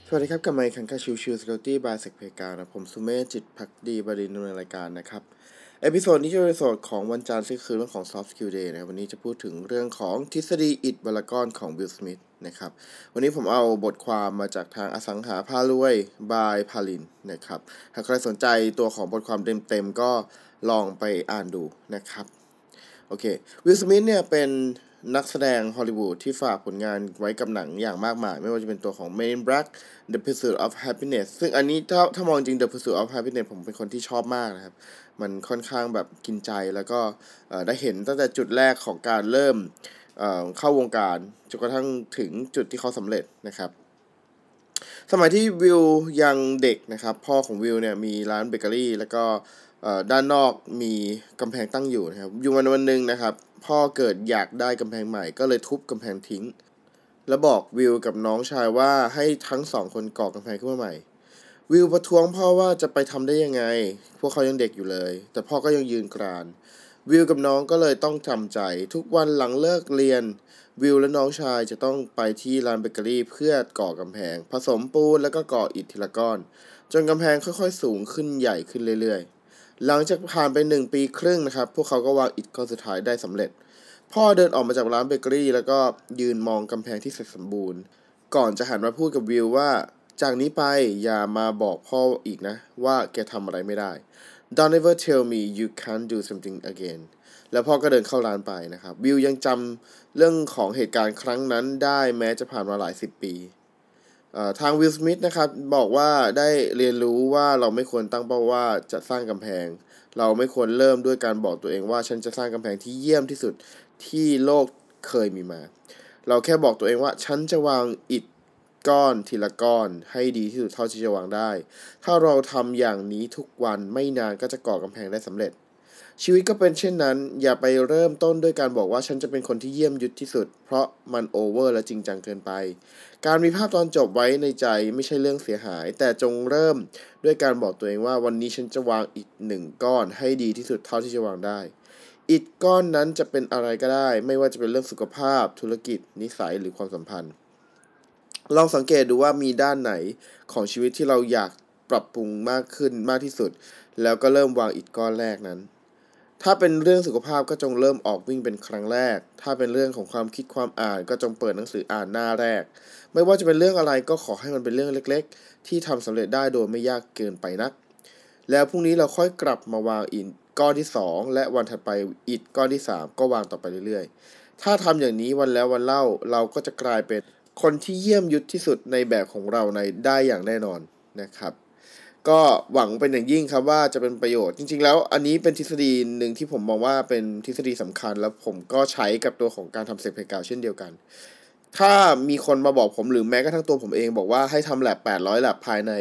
สวัสดีครับกับไมค์คังคาชิวชิว Security by เซกเพกานะผมสุเมธจิตภักดีบรินดำเนินรายการนะครับเอพิโซดนี้จะเป็นเอพิโซดของวันจันทร์ซึ่งคือเรื่องของ Soft Skill Day นะครับวันนี้จะพูดถึงเรื่องของทฤษฎีอิฐวรกรของวิล สมิธนะครับวันนี้ผมเอาบทความมาจากทางอสังหาพารวย by พาลินนะครับหากใครสนใจตัวของบทความเต็มๆก็ลองไปอ่านดูนะครับโอเควิล สมิธเนี่ยเป็นนักแสดงฮอลลีวูดที่ฝากผลงานไว้กับหนังอย่างมากมายไม่ว่าจะเป็นตัวของ Men in Black The Pursuit of Happiness ซึ่งอันนี้ถ้ามองจริง The Pursuit of Happiness ผมเป็นคนที่ชอบมากนะครับมันค่อนข้างแบบกินใจแล้วก็ได้เห็นตั้งแต่จุดแรกของการเริ่มเข้าวงการจนกระทั่งถึงจุดที่เขาสำเร็จนะครับสมัยที่วิลยังเด็กนะครับพ่อของวิลเนี่ยมีร้านเบเกอรี่แล้วก็ด้านนอกมีกำแพงตั้งอยู่นะครับอยู่วันหนึ่งนะครับพ่อเกิดอยากได้กำแพงใหม่ก็เลยทุบกำแพงทิ้งแล้วบอกวิลกับน้องชายว่าให้ทั้งสองคนก่อกำแพงขึ้นมาใหม่วิลประท้วงพ่อว่าจะไปทำได้ยังไงพวกเขายังเด็กอยู่เลยแต่พ่อก็ยังยืนกรานวิลกับน้องก็เลยต้องจำใจทุกวันหลังเลิกเรียนวิลและน้องชายจะต้องไปที่ร้านเบเกอรี่เพื่อก่อกำแพงผสมปูนแล้วก็ก่ออิฐทีละก้อนจนกำแพงค่อยๆสูงขึ้นใหญ่ขึ้นเรื่อยๆหลังจากผ่านไป1 ปีครึ่งนะครับพวกเขาก็วางอิฐก้อนสุดท้ายได้สำเร็จพ่อเดินออกมาจากร้านเบเกอรี่แล้วก็ยืนมองกำแพงที่เสร็จสมบูรณ์ก่อนจะหันมาพูดกับวิลว่าจากนี้ไปอย่ามาบอกพ่ออีกนะว่าแกทำอะไรไม่ได้ Don't ever tell me you can't do something again แล้วพ่อก็เดินเข้าร้านไปนะครับวิลยังจำเรื่องของเหตุการณ์ครั้งนั้นได้แม้จะผ่านมาหลาย10 ปีทางวิล สมิธนะครับบอกว่าได้เรียนรู้ว่าเราไม่ควรตั้งเป้าว่าจะสร้างกำแพงเราไม่ควรเริ่มด้วยการบอกตัวเองว่าฉันจะสร้างกำแพงที่เยี่ยมที่สุดที่โลกเคยมีมาเราแค่บอกตัวเองว่าฉันจะวางอิฐก้อนทีละก้อนให้ดีที่สุดเท่าที่จะวางได้ถ้าเราทำอย่างนี้ทุกวันไม่นานก็จะก่อกำแพงได้สำเร็จชีวิตก็เป็นเช่นนั้นอย่าไปเริ่มต้นด้วยการบอกว่าฉันจะเป็นคนที่เยี่ยมยุทธที่สุดเพราะมันโอเวอร์และจริงจังเกินไปการมีภาพตอนจบไว้ในใจไม่ใช่เรื่องเสียหายแต่จงเริ่มด้วยการบอกตัวเองว่าวันนี้ฉันจะวางอิฐ1 ก้อนให้ดีที่สุดเท่าที่จะวางได้อิฐก้อนนั้นจะเป็นอะไรก็ได้ไม่ว่าจะเป็นเรื่องสุขภาพธุรกิจนิสัยหรือความสัมพันธ์ลองสังเกตดูว่ามีด้านไหนของชีวิตที่เราอยากปรับปรุงมากขึ้นมากที่สุดแล้วก็เริ่มวางอิฐก้อนแรกนั้นถ้าเป็นเรื่องสุขภาพก็จงเริ่มออกวิ่งเป็นครั้งแรกถ้าเป็นเรื่องของความคิดความอ่านก็จงเปิดหนังสืออ่านหน้าแรกไม่ว่าจะเป็นเรื่องอะไรก็ขอให้มันเป็นเรื่องเล็กๆที่ทำสำเร็จได้โดยไม่ยากเกินไปนักแล้วพรุ่งนี้เราค่อยกลับมาวางอิฐก้อนที่2และวันถัดไปอิฐก้อนที่3ก็วางต่อไปเรื่อยๆถ้าทำอย่างนี้วันแล้ววันเล่าเราก็จะกลายเป็นคนที่เยี่ยมยุทธที่สุดในแบบของเราในได้อย่างแน่นอนนะครับก็หวังเป็นอย่างยิ่งครับว่าจะเป็นประโยชน์จริงๆแล้วอันนี้เป็นทฤษฎีหนึ่งที่ผมมองว่าเป็นทฤษฎีสำคัญแล้วผมก็ใช้กับตัวของการทำเซฟเพกาวเช่นเดียวกันถ้ามีคนมาบอกผมหรือแม้กระทั่งตัวผมเองบอกว่าให้ทำแลบ800แลบภายใน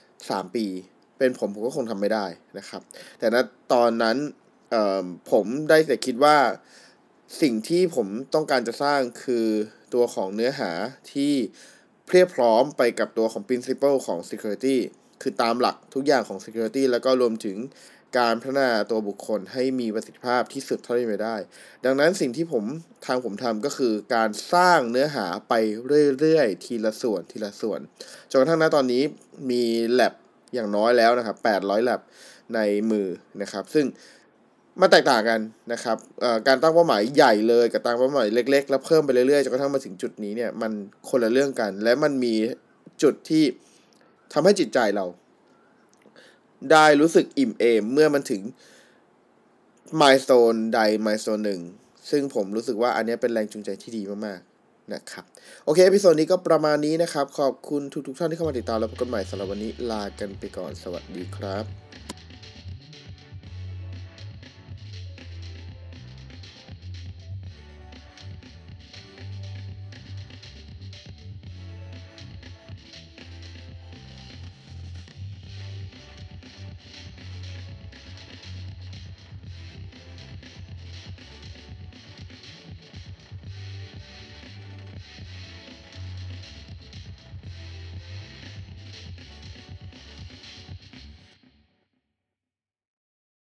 3 ปีเป็นผมก็คงทำไม่ได้นะครับแต่ณตอนนั้นผมได้แต่คิดว่าสิ่งที่ผมต้องการจะสร้างคือตัวของเนื้อหาที่เพียบพร้อมไปกับตัวของ principle ของ security คือตามหลักทุกอย่างของ security แล้วก็รวมถึงการพัฒนาตัวบุคคลให้มีประสิทธิภาพที่สุดเท่าที่จะได้ ดังนั้นสิ่งที่ผมทำก็คือการสร้างเนื้อหาไปเรื่อยๆทีละส่วนทีละส่วนจนกระทั่งณตอนนี้มีแ a บอย่างน้อยแล้วนะครับ800แ a บในมือนะครับซึ่งมันแตกต่างกันนะครับการตั้งเป้าหมายใหญ่เลยกับตั้งเป้าหมายเล็กๆแล้วเพิ่มไปเรื่อยๆจนกระทั่งมาถึงจุดนี้เนี่ยมันคนละเรื่องกันและมันมีจุดที่ทำให้จิตใจเราได้รู้สึกอิ่มเอมเมื่อมันถึงmilestone ใด milestone หนึ่งซึ่งผมรู้สึกว่าอันนี้เป็นแรงจูงใจที่ดีมากๆนะครับโอเคเอพิโซดนี้ก็ประมาณนี้นะครับขอบคุณทุกท่านที่เข้ามาติดตามแล้วพบกันใหม่สำหรับวันนี้ลากันไปก่อนสวัสดีครับ